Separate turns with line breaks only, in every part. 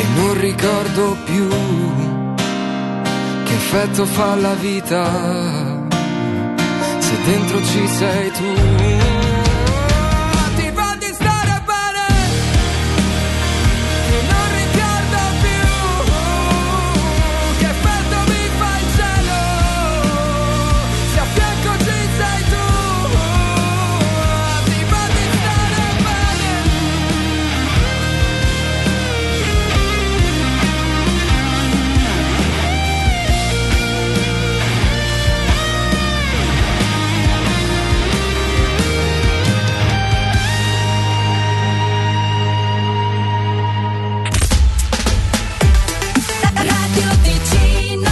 non ricordo più che effetto fa la vita se dentro ci sei tu. Ti va di stare bene, non ricordo più che effetto mi fa il cielo se a fianco ci sei tu. Ti va di stare bene.
Radio Ticino.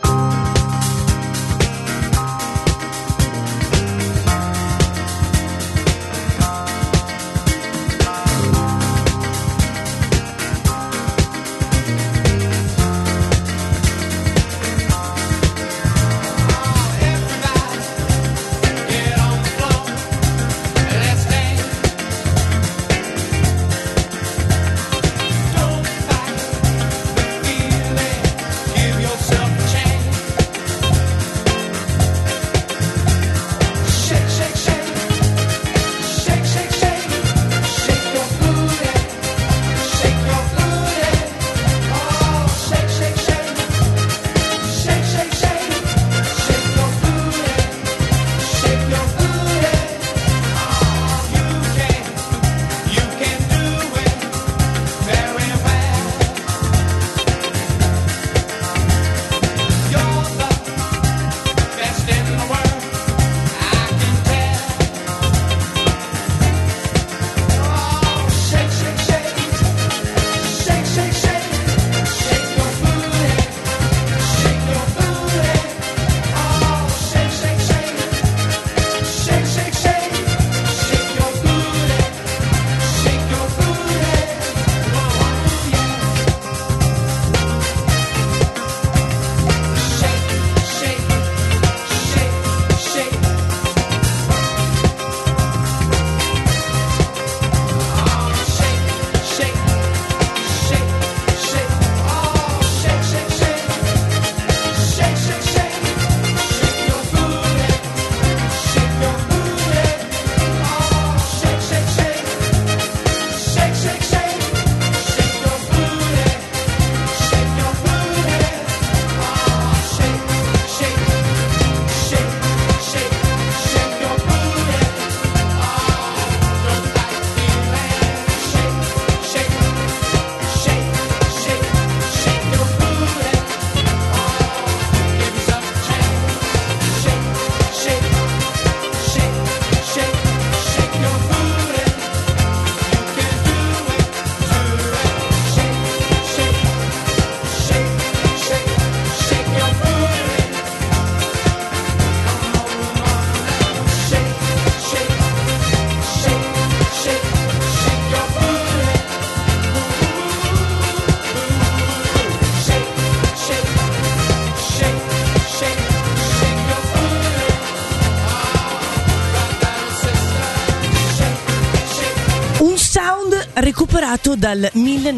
recuperato dal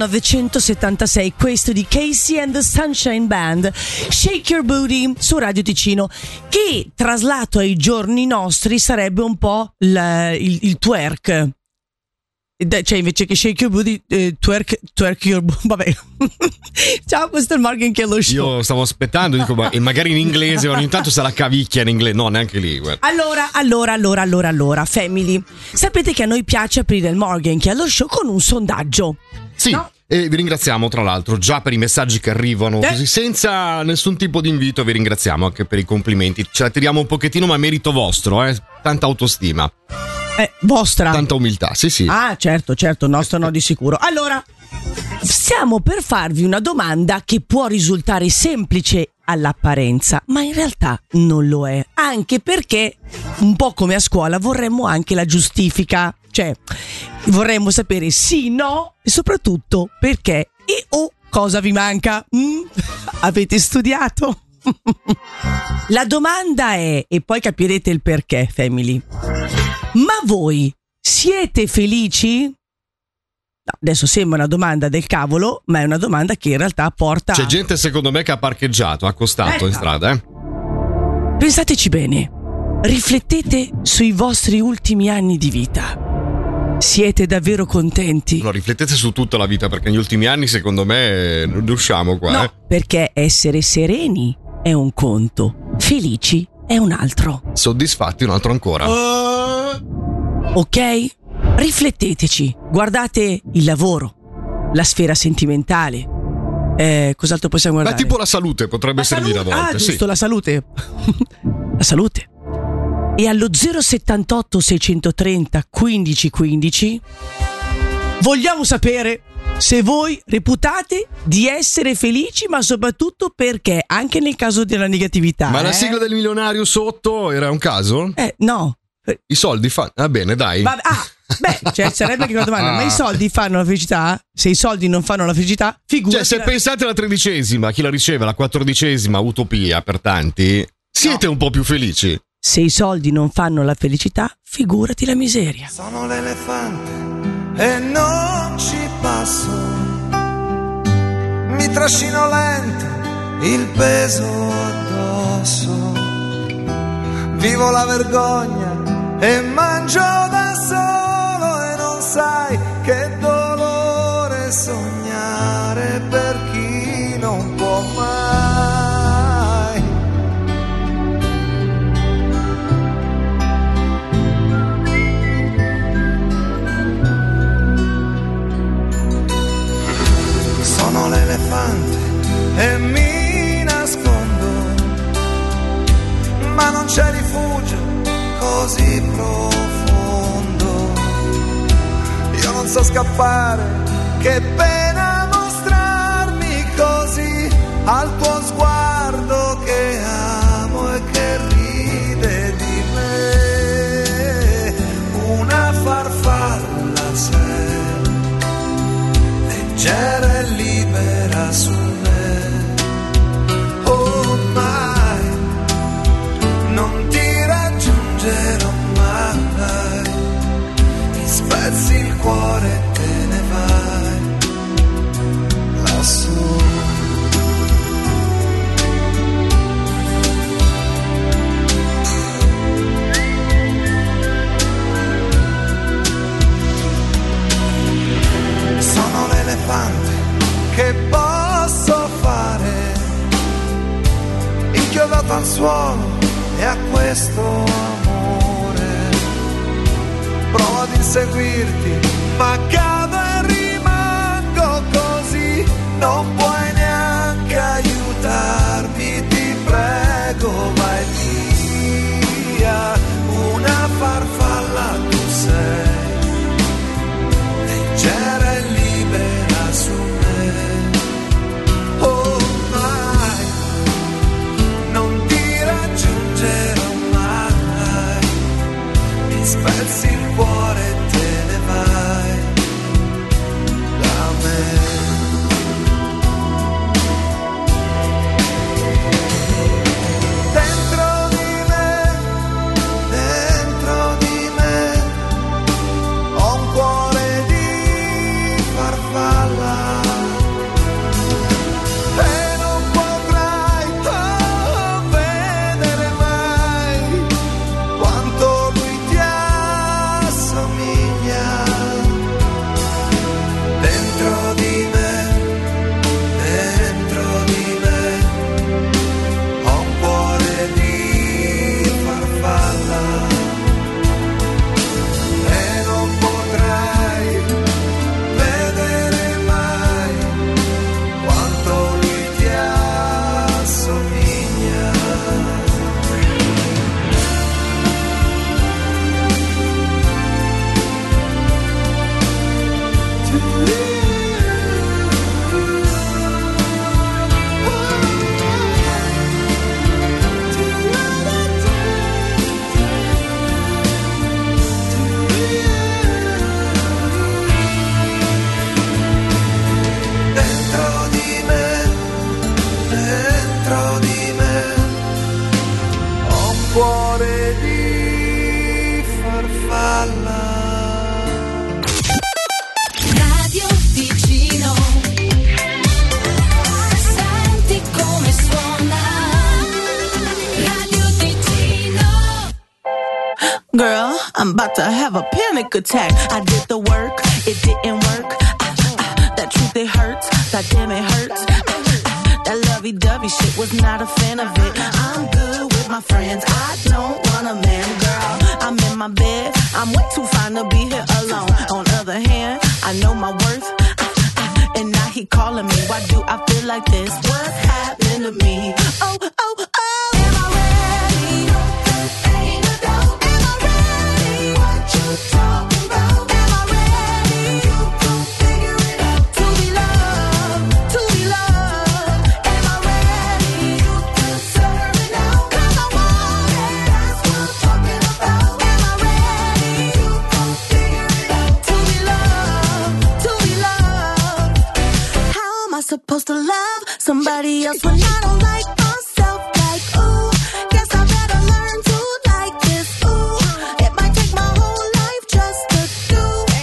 1976, questo di Casey and the Sunshine Band, Shake Your Booty, su Radio Ticino, che traslato ai giorni nostri sarebbe un po' il twerk. Cioè, invece che shake your booty, twerk your booty. Vabbè. Ciao, questo è il Morgan Kello Show.
Io stavo aspettando, dico, ma magari in inglese ogni tanto se la cavicchia in inglese. No, neanche lì, guarda.
Allora, family, sapete che a noi piace aprire il Morgan Kello Show con un sondaggio.
Sì, no? E vi ringraziamo tra l'altro già per i messaggi che arrivano, così senza nessun tipo di invito. Vi ringraziamo anche per i complimenti. Ce la tiriamo un pochettino, ma merito vostro, tanta autostima.
Vostra.
Tanta umiltà, sì.
Ah, certo, nostro no di sicuro. Allora, stiamo per farvi una domanda che può risultare semplice all'apparenza, ma in realtà non lo è. Anche perché, un po' come a scuola, vorremmo anche la giustifica. Cioè, vorremmo sapere sì, no, e soprattutto perché e o cosa vi manca. Avete studiato? La domanda è, e poi capirete il perché, family. Ma voi siete felici? Adesso sembra una domanda del cavolo, ma è una domanda che in realtà porta.
C'è gente secondo me che ha parcheggiato, accostato in strada.
Pensateci bene, riflettete sui vostri ultimi anni di vita. Siete davvero contenti?
No, riflettete su tutta la vita, perché negli ultimi anni secondo me non riusciamo qua.
No, perché essere sereni è un conto, felici è un altro.
Soddisfatti un altro ancora.
Ok? Rifletteteci, guardate il lavoro, la sfera sentimentale. Cos'altro possiamo guardare?
Tipo la salute potrebbe servire a volte.
Giusto,
sì.
la salute. La salute. E allo 078 630 1515 vogliamo sapere se voi reputate di essere felici, ma soprattutto perché, anche nel caso della negatività.
Ma la sigla del milionario sotto era un caso?
No.
I soldi fanno. Va bene, dai.
Cioè sarebbe che una domanda, ma i soldi fanno la felicità? Se i soldi non fanno la felicità, figurati.
Cioè, se pensate alla 13ª, chi la riceve, la 14ª utopia per tanti, siete un po' più felici.
Se i soldi non fanno la felicità, figurati la miseria.
Sono l'elefante e non ci passo. Mi trascino lento il peso addosso. Vivo la vergogna e mangio da solo, e non sai che dolore sognare per chi non può mai. Sono l'elefante e mi nascondo, ma non c'è rifugio così profondo. Io non so scappare, che pena mostrarmi così al tuo sguardo che amo e che ride di me. Una farfalla sei, leggera e libera su me. Oh mai, non ti raggiungerò mai, mi spezzi il cuore e te ne vai lassù. Sono l'elefante che posso fare, inchiodato al suolo e a questo amore. Provo ad inseguirti, ma cado e rimango così. Non puoi neanche aiutarmi, ti prego vai via. Una farfalla tu sei, leggera e libera su me. Oh mai, non ti raggiungerò mai, mi spezzi il cuore e te ne vai da me.
I'm about to have a panic attack. I did the work, it didn't work. That truth, it hurts. God damn, it hurts. That lovey-dovey shit, was not a fan of it. I'm good with my friends. I don't want a man, girl. I'm in my bed. I'm way too fine to be here alone. On other hand, I know my worth. And now he calling me. Why do I feel like this? What's happening to me? Oh, oh, oh. Am I ready? Ain't a doubt. Am I ready? What you talking about? Am I ready? You gon' figure it out. To be loved, to be loved. Am I ready? You deserve it now. 'Cause I want it. That's what I'm talking about. Am I ready? You gon' figure it out. To be loved, to be loved. How am I supposed to love somebody else when I don't like myself? Like, ooh, guess I better learn to like this. Ooh, it might take my whole life just to do.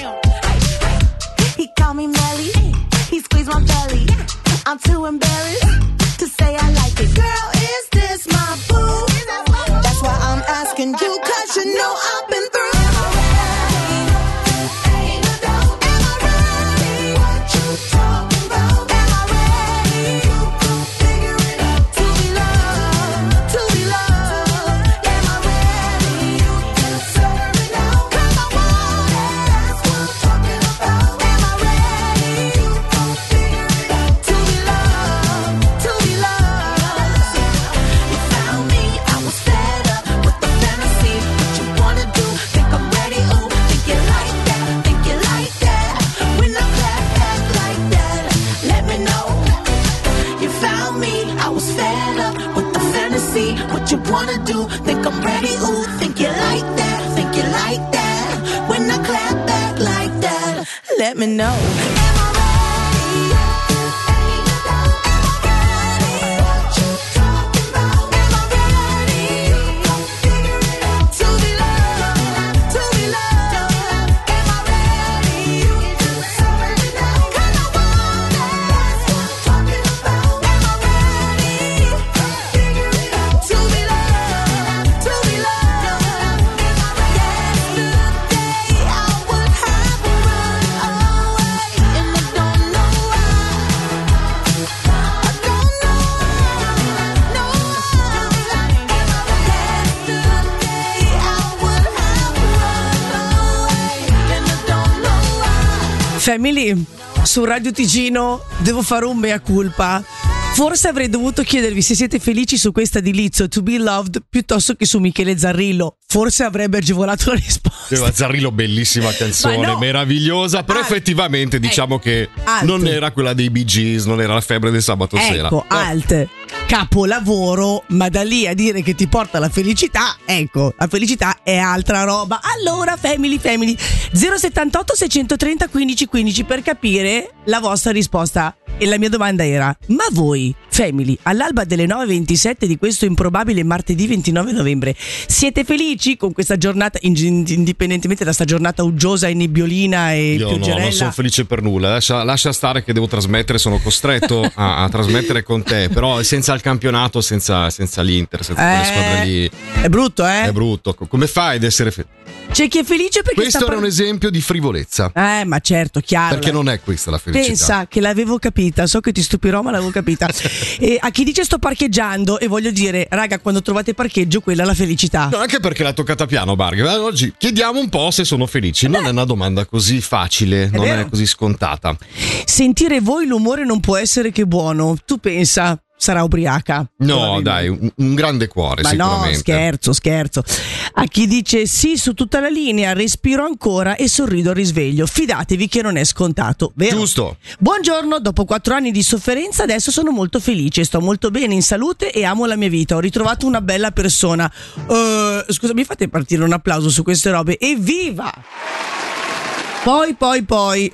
He called me Melly, he squeezed my belly. I'm too embarrassed to say I like it. Girl, is this my boo? That's why I'm asking you, 'cause you know I've been through. Am I ready? Ain't a doubt. Am I ready? What you talking about? Am I ready? You gon' figure it out. To be loved, to be loved. Am I ready? You deserve it now. 'Cause I want it. That's what I'm talking about. Am I ready? You gon' figure it out. To be loved, to be loved. You found me, I was fed up with the fantasy. What you wanna do? Think I'm ready? Ooh, think you like that? Think you like that? When I clap back like that, let me know. You found me, I was fed up with the fantasy. What you wanna do? Think I'm ready? Ooh, think you like that? Think you like that? When I clap back like that, let me know. Am I ready? Ain't a doubt. Am I ready? What you talking about? Am I ready? You gon' figure it out. To be loved, to be loved. Am I ready? You deserve it now. 'Cause I want it. That's what I'm talking about. Am I ready? Figure it out. To be loved, to be loved. Am I ready? Yesterday I would have run away, and I don't know why. I don't know why. No, yesterday I would have run away, and I don't know why.
Family, su Radio Ticino devo fare un mea culpa. Forse avrei dovuto chiedervi se siete felici su questa di Lizzo, To Be Loved, piuttosto che su Michele Zarrillo. Forse avrebbe agevolato la risposta.
Zarrillo, bellissima canzone,
Ma no.
meravigliosa, però effettivamente diciamo che
alt.
non era quella dei Bee Gees, non era la febbre del sabato sera.
Ecco, alt, capolavoro, ma da lì a dire che ti porta la felicità, ecco, la felicità è altra roba. Allora, family, 078 630 1515 per capire la vostra risposta. E la mia domanda era: ma voi, family, all'alba delle 9:27 di questo improbabile martedì 29 novembre, siete felici con questa giornata, indipendentemente da sta giornata uggiosa e nebbiolina e
Io no,
pioggerella?
non sono felice per nulla. Lascia stare che devo trasmettere, sono costretto a trasmettere con te, però senza il campionato, senza l'Inter, senza quelle squadre lì.
È brutto, eh?
È brutto. Come fai ad essere felice?
C'è chi è felice perché
Questo era un esempio di frivolezza.
ma certo, chiaro.
Perché non è questa la felicità.
Pensa che l'avevo capita, so che ti stupirò, ma l'avevo capita. E a chi dice sto parcheggiando, e voglio dire, raga, quando trovate parcheggio, quella è la felicità.
No, anche perché l'ha toccata piano, Barga. Oggi chiediamo un po' se sono felici. Non è una domanda così facile, non
vero.
è così scontata.
Sentire voi l'umore non può essere che buono. Tu pensa, sarà ubriaca?
No, dai, un grande cuore,
Ma
sicuramente.
no, scherzo. A chi dice sì su tutta la linea, respiro ancora e sorrido al risveglio. Fidatevi che non è scontato, vero?
Giusto.
Buongiorno, dopo 4 anni di sofferenza adesso sono molto felice, sto molto bene, in salute e amo la mia vita. Ho ritrovato una bella persona. Scusa, mi fate partire un applauso su queste robe? Evviva! Poi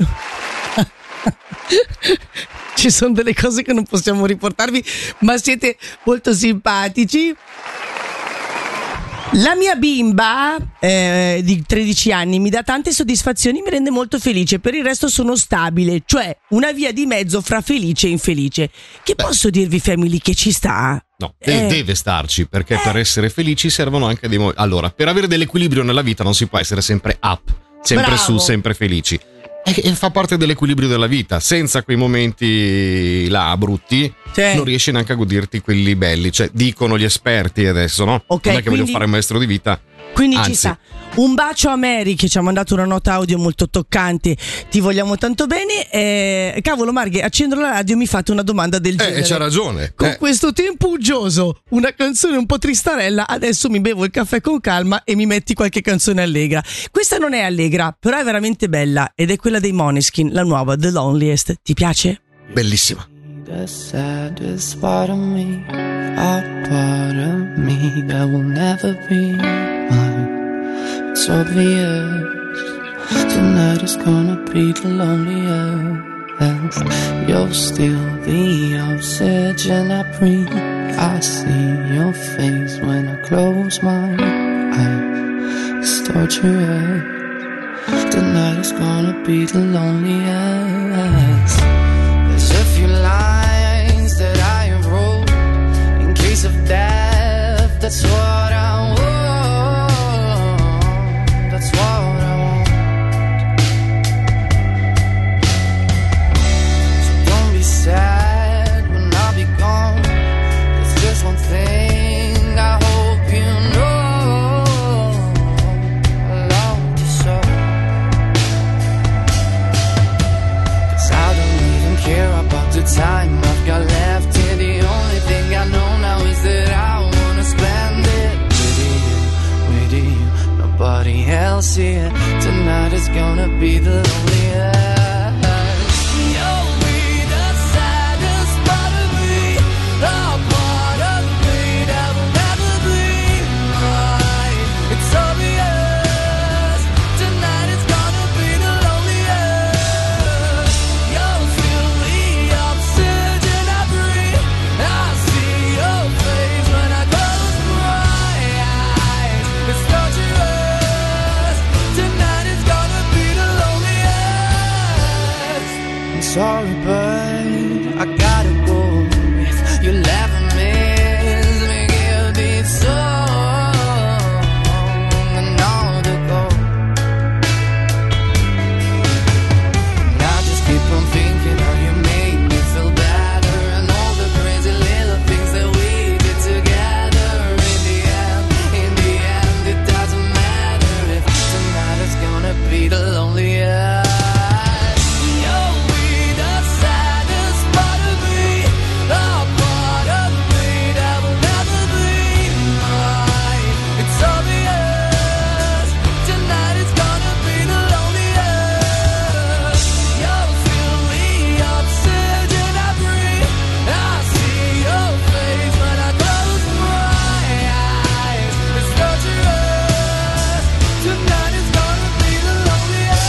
ci sono delle cose che non possiamo riportarvi, ma siete molto simpatici. La mia bimba di 13 anni mi dà tante soddisfazioni, mi rende molto felice, per il resto sono stabile, cioè una via di mezzo fra felice e infelice. Che posso dirvi, family, che ci sta?
No, deve starci, perché per essere felici servono anche dei momenti. Allora, per avere dell'equilibrio nella vita non si può essere sempre up, sempre
Bravo.
su, sempre felici. E fa parte dell'equilibrio della vita. Senza quei momenti là brutti,
Sì.
non riesci neanche a goderti quelli belli. Cioè, dicono gli esperti adesso, no?
Ok,
non è che voglio
quindi-
fare il maestro di vita.
Quindi
Anzi.
ci sta. Un bacio a Mary che ci ha mandato una nota audio molto toccante. Ti vogliamo tanto bene. Cavolo, Marghe, accendo la radio e mi fate una domanda del genere.
C'ha ragione.
Con questo tempo uggioso, una canzone un po' tristarella, adesso mi bevo il caffè con calma e mi metti qualche canzone allegra. Questa non è allegra, però è veramente bella ed è quella dei Måneskin, la nuova The Loneliest. Ti piace?
Bellissima.
The saddest part of me, a part of me that will never be mine. It's obvious tonight is gonna be the loneliest. You're still the oxygen I breathe. I see your face when I close my eyes. It's torture. Tonight is gonna be the loneliest. There's a few lines that I have wrote in case of death. That's what I want. That's what I want. So don't be sad when I'll be gone. There's just one thing I hope you know. I love you so. 'Cause I don't even care about the time I've got left here. The only thing I know now is that I wanna spend it with you, nobody else here. Tonight is gonna be the loneliest. You'll be the saddest part of me, a part of me that will never be mine. It's obvious, tonight is gonna be the loneliest. You'll feel the oxygen I breathe. I see your face when I close my eyes. It's torturous, tonight is gonna be the loneliest. I'm sorry, but I gotta go. If you'll ever miss me, give this song another go. And I just keep on thinking how you made me feel better, and all the crazy little things that we did together. In the end, it doesn't matter if tonight is gonna be the loneliest. You'll be the saddest part of me, a part of me that will never be mine. It's obvious, tonight is gonna be the loneliest. You'll feel the oxygen I breathe. I see your face when I close my eyes. It's torturous, tonight is gonna be the loneliest.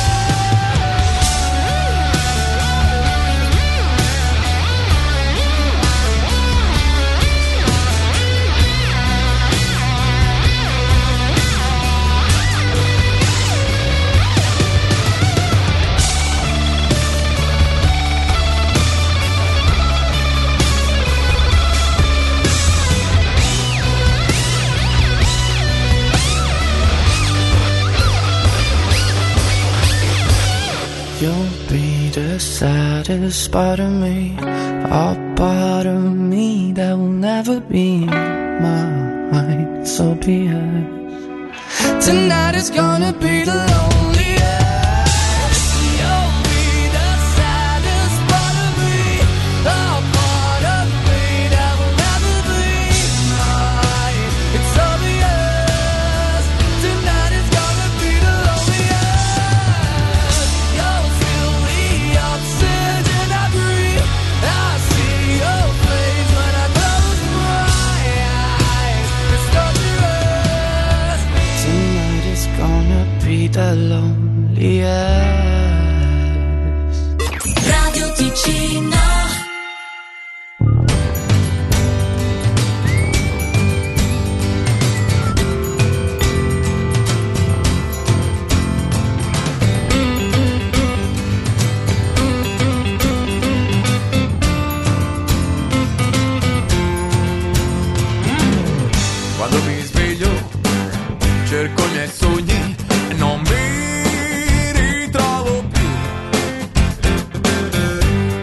You'll be the saddest part of me, a part of me that will never be mine. So be it. Tonight is gonna be the loneliest. You'll be the saddest part of me, a part of me that will never be mine. It's obvious, tonight is gonna be the loneliest. You'll feel the oxygen I breathe. I see your face when I close my eyes. It's torturous. Tonight is gonna be the loneliest.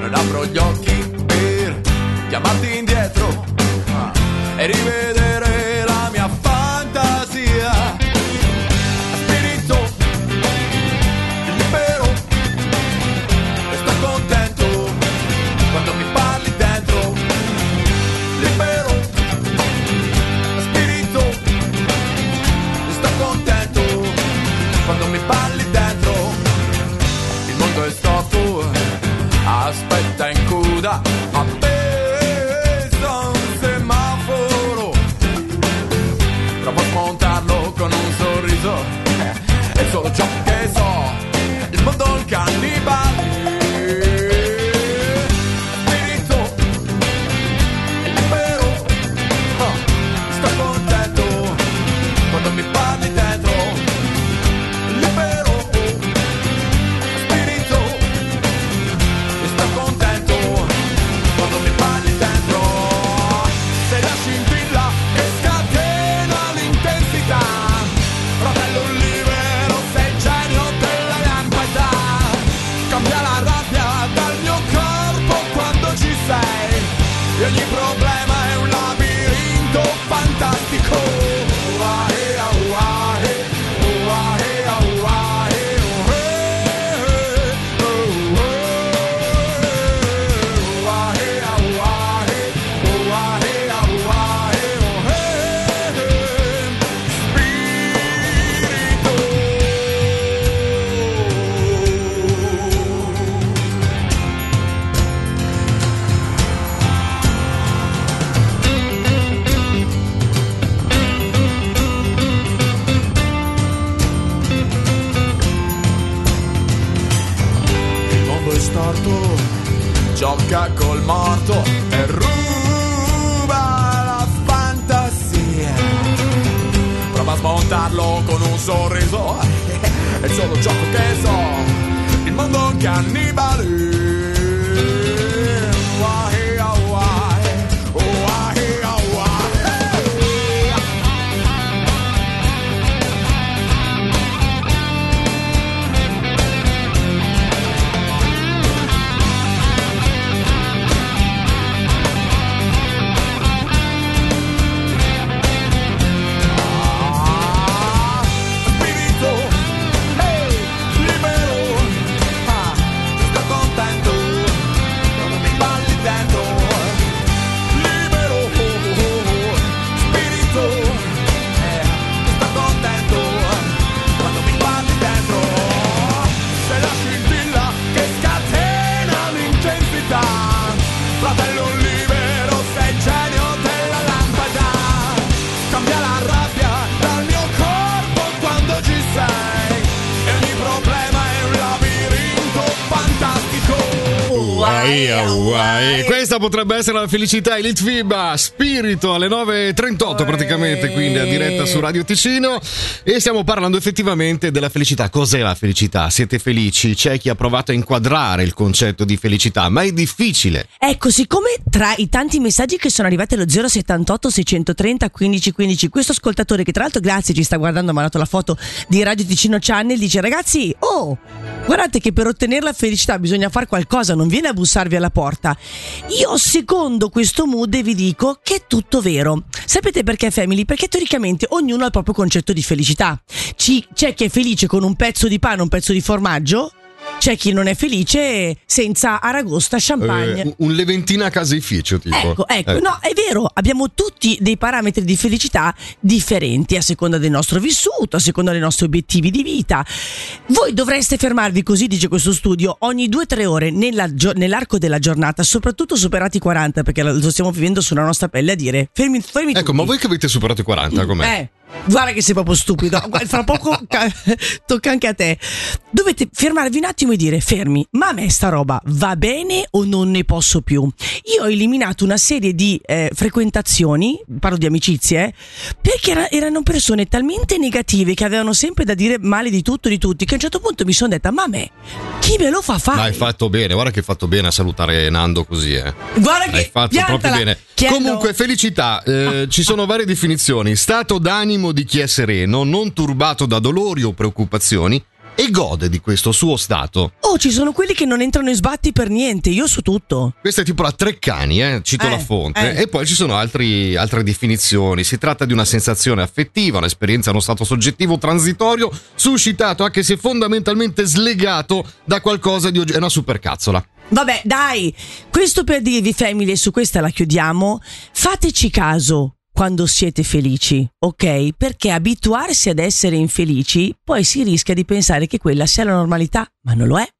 non apro gli occhi per chiamarti indietro e rivedere la mia fantasia. Spirito libero e sto contento quando mi parli dentro. Libero spirito e sto contento quando mi parli dentro. Il mondo è storto, aspetta in coda, appesa un semaforo. Provo a smontarlo con un sorriso, è solo ciò che so, il mondo è un cannibale. Spirito è libero, sto contento quando mi parli dentro. Libero spirito e sto contento quando mi parli dentro. Sei la scintilla che scatena l'intensità, fratello libero, sei il genio della lampada. Cambia la rabbia dal mio corpo quando ci sei, e ogni problema è un labirinto fantastico. Gioca col morto e ruba la fantasia. Prova a smontarlo con un sorriso, è solo un gioco che so, il mondo è un cannibale.
Questa potrebbe essere la felicità, il Litfiba, Spirito alle 9.38 praticamente, quindi a diretta su Radio Ticino, e stiamo parlando effettivamente della felicità. Cos'è la felicità? Siete felici? C'è chi ha provato a inquadrare il concetto di felicità, ma è difficile.
Ecco, siccome tra i tanti messaggi che sono arrivati allo 078 630 1515, questo ascoltatore, che tra l'altro grazie ci sta guardando, mi ha dato la foto di Radio Ticino Channel, dice: ragazzi, guardate che per ottenere la felicità bisogna fare qualcosa, non viene a bussarvi alla porta. Io secondo questo mood vi dico che è tutto vero. Sapete perché, family? Perché teoricamente ognuno ha il proprio concetto di felicità. C'è chi è felice con un pezzo di pane, un pezzo di formaggio. C'è chi non è felice senza aragosta, champagne.
Un leventina a caseificio, tipo.
Ecco, no, è vero, abbiamo tutti dei parametri di felicità differenti a seconda del nostro vissuto, a seconda dei nostri obiettivi di vita. Voi dovreste fermarvi, così dice questo studio, ogni 2-3 ore nell'arco della giornata, soprattutto superati i 40, perché lo stiamo vivendo sulla nostra pelle, a dire fermi
ecco,
tutti.
Ma voi che avete superato i 40, com'è?
Guarda che sei proprio stupido. Fra poco tocca anche a te. Dovete fermarvi un attimo e dire: fermi, ma a me sta roba va bene o non ne posso più? Io ho eliminato una serie di frequentazioni, parlo di amicizie, perché erano persone talmente negative che avevano sempre da dire male di tutto e di tutti, che a un certo punto mi sono detta: ma a me chi me lo fa fare?
Ma hai fatto bene, guarda che hai fatto bene a salutare Nando così,
Guarda che
hai fatto proprio bene. Comunque, felicità, ci sono varie definizioni: stato d'animo di chi è sereno, non turbato da dolori o preoccupazioni, e gode di questo suo stato.
Oh, ci sono quelli che non entrano in sbatti per niente, io so tutto.
Questa è tipo la Treccani, cito la fonte. E poi ci sono altre definizioni. Si tratta di una sensazione affettiva, un'esperienza, uno stato soggettivo transitorio, suscitato anche se fondamentalmente slegato da qualcosa di è una supercazzola.
Vabbè, dai, questo per dirvi, family, e su questa la chiudiamo, fateci caso quando siete felici, ok? Perché abituarsi ad essere infelici poi si rischia di pensare che quella sia la normalità, ma non lo è.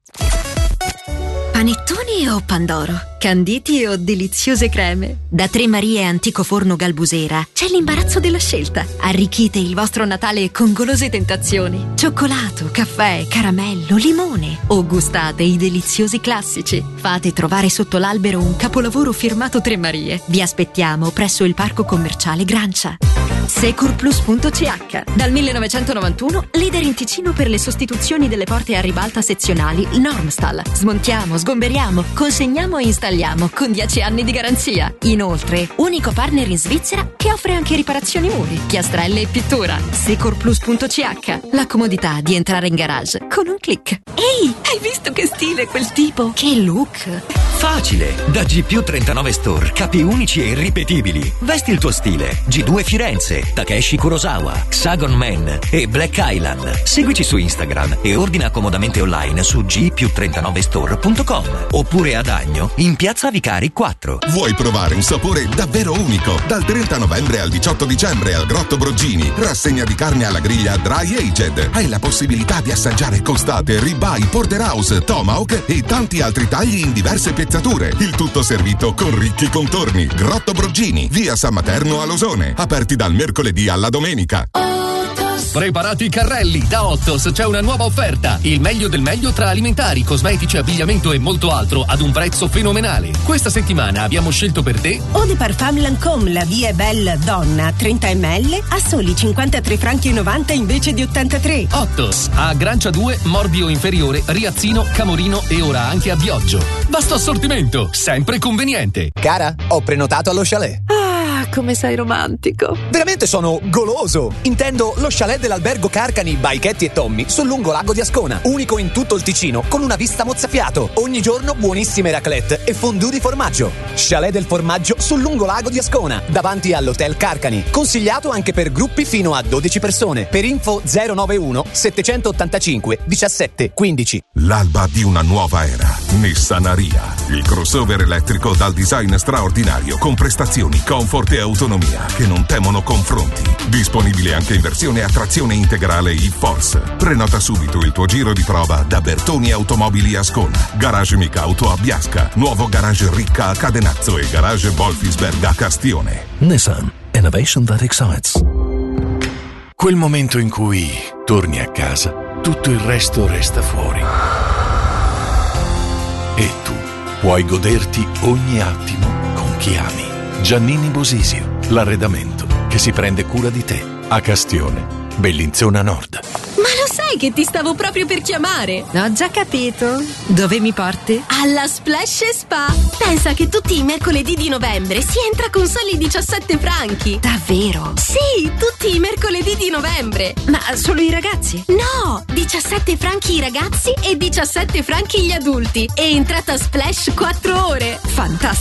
Panettoni o Pandoro? Canditi o deliziose creme? Da Tre Marie Antico Forno Galbusera c'è l'imbarazzo della scelta. Arricchite il vostro Natale con golose tentazioni. Cioccolato, caffè, caramello, limone. O gustate i deliziosi classici. Fate trovare sotto l'albero un capolavoro firmato Tre Marie. Vi aspettiamo presso il parco commerciale Grancia. Securplus.ch. Dal 1991 leader in Ticino per le sostituzioni delle porte a ribalta sezionali Normstal. Smontiamo, sgomberiamo, consegniamo e installiamo con 10 anni di garanzia. Inoltre, unico partner in Svizzera che offre anche riparazioni muri, piastrelle e pittura. Securplus.ch. La comodità di entrare in garage con un click. Ehi, hai visto che stile quel tipo? Che look!
Facile! Da G+39 Store, capi unici e irripetibili. Vesti il tuo stile. G2 Firenze, Takeshi Kurosawa, Hexagon Man e Black Island. Seguici su Instagram e ordina comodamente online su G+39store.com oppure ad Agno in Piazza Vicari 4.
Vuoi provare un sapore davvero unico? Dal 30 novembre al 18 dicembre al Grotto Broggini, rassegna di carne alla griglia Dry Aged. Hai la possibilità di assaggiare costate, ribeye, porterhouse, tomahawk e tanti altri tagli in diverse pezzature. Il tutto servito con ricchi contorni. Grotto Broggini, via San Materno a Losone. Aperti dal mercoledì alla domenica.
Preparati i carrelli, da Ottos c'è una nuova offerta. Il meglio del meglio tra alimentari, cosmetici, abbigliamento e molto altro ad un prezzo fenomenale. Questa settimana abbiamo scelto per te
Eau de Parfum Lancôme, la Vie Belle Donna 30 ml a soli 53,90 franchi invece di 83.
Ottos, a Grancia 2, Morbio Inferiore, Riazzino, Camorino e ora anche a Bioggio. Vasto assortimento, sempre conveniente.
Cara, ho prenotato allo chalet.
Come sei romantico.
Veramente sono goloso. Intendo lo chalet dell'albergo Carcani by Ketty e Tommy sul lungolago di Ascona, unico in tutto il Ticino con una vista mozzafiato. Ogni giorno buonissime raclette e fondue di formaggio. Chalet del formaggio sul lungolago di Ascona, davanti all'hotel Carcani. Consigliato anche per gruppi fino a 12 persone. Per info 091 785 17 15.
L'alba di una nuova era. Nissan Ariya, il crossover elettrico dal design straordinario con prestazioni, comfort e autonomia che non temono confronti. Disponibile anche in versione a trazione integrale e-Force. Prenota subito il tuo giro di prova da Bertoni Automobili Ascona, Garage Micauto a Biasca, nuovo Garage Ricca a Cadenazzo e Garage Wolfisberg a Castione.
Nissan, innovation that excites. Quel momento in cui torni a casa, tutto il resto resta fuori. E tu puoi goderti ogni attimo con chi ami. Giannini Bosisio, l'arredamento che si prende cura di te. A Castione, Bellinzona Nord.
Ma lo sai che ti stavo proprio per chiamare? Ho già capito. Dove mi porti? Alla Splash Spa. Pensa che tutti i mercoledì di novembre si entra con soli 17 franchi. Davvero? Sì, tutti i mercoledì di novembre. Ma solo i ragazzi? No, 17 franchi i ragazzi e 17 franchi gli adulti. E entrata Splash 4 ore. Fantastico.